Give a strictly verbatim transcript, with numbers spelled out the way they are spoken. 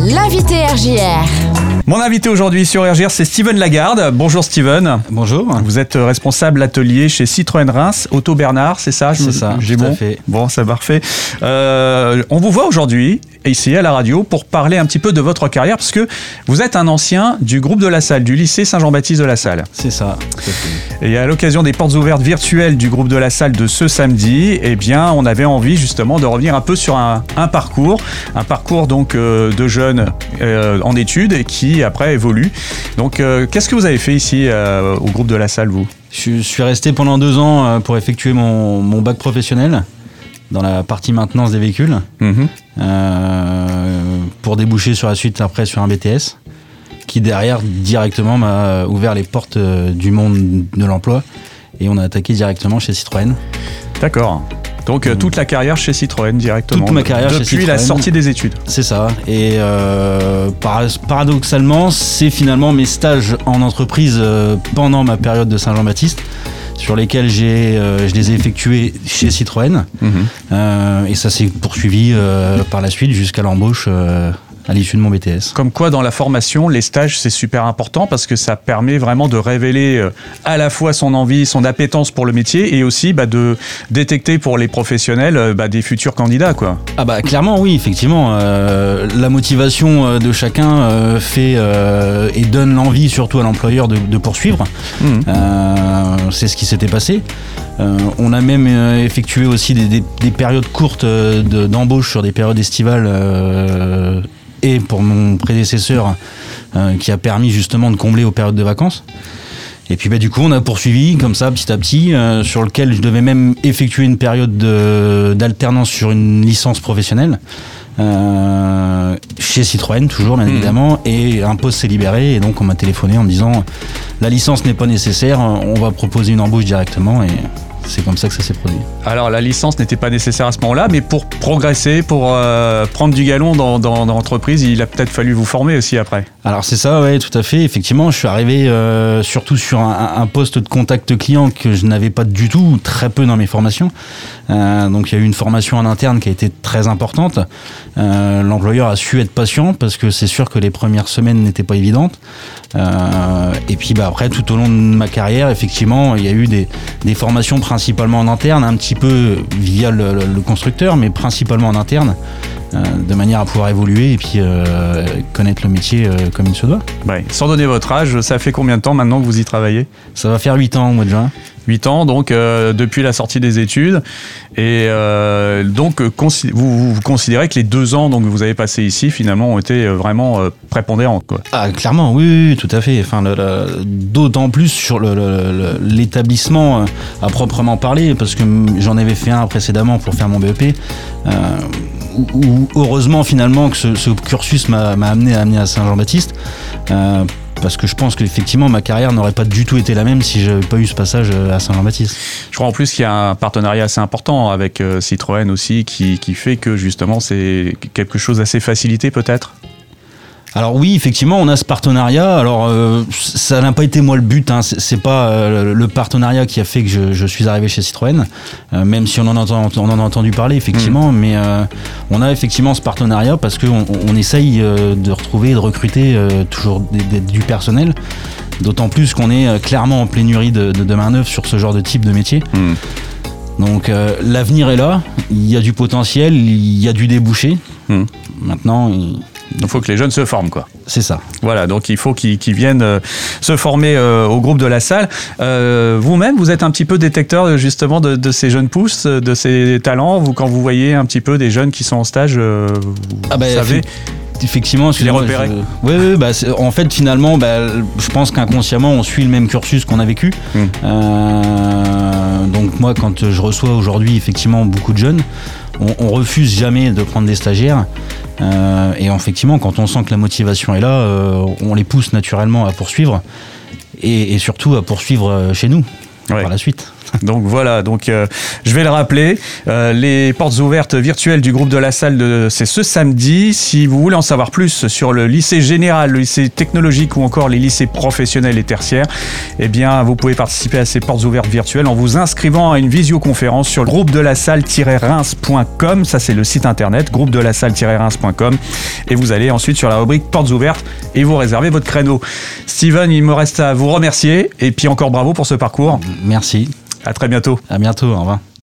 L'invité R J R. Mon invité aujourd'hui sur R J R, c'est Steven Lagarde. Bonjour Steven. Bonjour. Vous êtes responsable atelier chez Citroën Reims, Auto Bernard, c'est ça? C'est ça, j'ai tout bon à fait. Bon, c'est parfait. Euh, on vous voit aujourd'hui, ici à la radio, pour parler un petit peu de votre carrière, parce que vous êtes un ancien du groupe de La Salle, du lycée Saint-Jean-Baptiste de La Salle. C'est ça, tout à fait. Et à l'occasion des portes ouvertes virtuelles du groupe de La Salle de ce samedi, eh bien, on avait envie justement de revenir un peu sur un, un parcours, un parcours donc euh, de jeunes euh, en études et qui après évolue. Donc, euh, qu'est-ce que vous avez fait ici euh, au groupe de La Salle, vous? Je suis resté pendant deux ans euh, pour effectuer mon, mon bac professionnel dans la partie maintenance des véhicules, mmh. euh, pour déboucher sur la suite après sur un B T S, qui derrière directement m'a ouvert les portes euh, du monde de l'emploi et on a attaqué directement chez Citroën. D'accord. Donc euh, toute la carrière chez Citroën directement. Toute ma carrière chez Citroën. Depuis la sortie des études. C'est ça. Et euh, par, paradoxalement, c'est finalement mes stages en entreprise euh, pendant ma période de Saint-Jean-Baptiste, sur lesquels j'ai, euh, je les ai effectués chez Citroën. Mmh. Euh, et ça s'est poursuivi euh, par la suite jusqu'à l'embauche euh, à l'issue de mon B T S. Comme quoi, dans la formation, les stages, c'est super important parce que ça permet vraiment de révéler euh, à la fois son envie, son appétence pour le métier et aussi bah, de détecter pour les professionnels euh, bah, des futurs candidats, quoi. Ah bah clairement oui, effectivement. Euh, la motivation de chacun euh, fait euh, et donne l'envie surtout à l'employeur de, de poursuivre. Mmh. Euh, c'est ce qui s'était passé. Euh, on a même euh, effectué aussi des, des, des périodes courtes euh, de, d'embauche sur des périodes estivales euh, et pour mon prédécesseur euh, qui a permis justement de combler aux périodes de vacances. Et puis bah, du coup on a poursuivi comme ça petit à petit euh, sur lequel je devais même effectuer une période de, d'alternance sur une licence professionnelle euh, chez Citroën toujours bien mmh. évidemment, et un poste s'est libéré et donc on m'a téléphoné en me disant la licence n'est pas nécessaire, on va proposer une embauche directement et c'est comme ça que ça s'est produit. Alors la licence n'était pas nécessaire à ce moment-là, mais pour progresser, pour euh, prendre du galon dans, dans, dans l'entreprise, il a peut-être fallu vous former aussi après. Alors c'est ça, oui, tout à fait. Effectivement, je suis arrivé euh, surtout sur un, un poste de contact client que je n'avais pas du tout, très peu dans mes formations. Euh, donc il y a eu une formation en interne qui a été très importante. Euh, l'employeur a su être patient parce que c'est sûr que les premières semaines n'étaient pas évidentes. Euh, et puis bah, après, tout au long de ma carrière, effectivement, il y a eu des, des formations principalement en interne, un petit peu via le, le, le constructeur, mais principalement en interne, euh, de manière à pouvoir évoluer et puis euh, connaître le métier euh, comme il se doit. Ouais. Sans donner votre âge, ça fait combien de temps maintenant que vous y travaillez? Ça va faire huit ans au mois de juin. huit ans, donc euh, depuis la sortie des études. Et euh, donc, consi- vous, vous considérez que les deux ans donc, que vous avez passés ici, finalement, ont été vraiment euh, prépondérants, quoi. Ah, clairement, oui, oui, tout à fait. Enfin, le, le, d'autant plus sur le, le, le, l'établissement euh, à proprement parler, parce que j'en avais fait un précédemment pour faire mon B E P. Euh, où, où, heureusement, finalement, que ce, ce cursus m'a, m'a amené à amener à Saint-Jean-Baptiste. Euh, Parce que je pense qu'effectivement ma carrière n'aurait pas du tout été la même si j'avais pas eu ce passage à Saint-Jean-Baptiste. Je crois en plus qu'il y a un partenariat assez important avec euh, Citroën aussi qui, qui fait que justement c'est quelque chose d'assez facilité peut-être. Alors oui, effectivement, on a ce partenariat. Alors euh, ça n'a pas été moi le but. Hein. C'est, c'est pas euh, le partenariat qui a fait que je, je suis arrivé chez Citroën, euh, même si on en, entend, on en a entendu parler effectivement. Mmh. Mais euh, on a effectivement ce partenariat parce qu'on on essaye euh, de retrouver et de recruter euh, toujours des, des, du personnel. D'autant plus qu'on est euh, clairement en pénurie de, de, de main-d'œuvre sur ce genre de type de métier. Mmh. Donc euh, l'avenir est là. Il y a du potentiel, il y a du débouché. Mmh. Maintenant. Il... Il faut que les jeunes se forment, quoi. C'est ça. Voilà, donc il faut qu'ils, qu'ils viennent euh, se former euh, au groupe de La Salle. Euh, vous-même, vous êtes un petit peu détecteur justement de, de ces jeunes pousses, de ces talents. Vous, quand vous voyez un petit peu des jeunes qui sont en stage, euh, vous ah bah, savez... Effectivement, tu les repérais. Oui, oui, bah, en fait, finalement, bah, je pense qu'inconsciemment, on suit le même cursus qu'on a vécu. Mmh. Euh, donc moi, quand je reçois aujourd'hui effectivement beaucoup de jeunes, on, on refuse jamais de prendre des stagiaires. Euh, et effectivement, quand on sent que la motivation est là, euh, on les pousse naturellement à poursuivre et, et surtout à poursuivre chez nous. ouais. par la suite. Donc voilà, donc euh, je vais le rappeler, euh, les portes ouvertes virtuelles du groupe de la salle, de, c'est ce samedi. Si vous voulez en savoir plus sur le lycée général, le lycée technologique ou encore les lycées professionnels et tertiaires, eh bien vous pouvez participer à ces portes ouvertes virtuelles en vous inscrivant à une visioconférence sur le groupe de la salle tiret reims point com. Ça c'est le site internet, groupe de la salle tiret reims point com, et vous allez ensuite sur la rubrique portes ouvertes et vous réservez votre créneau. Steven, il me reste à vous remercier et puis encore bravo pour ce parcours. Merci. À très bientôt. À bientôt, au revoir.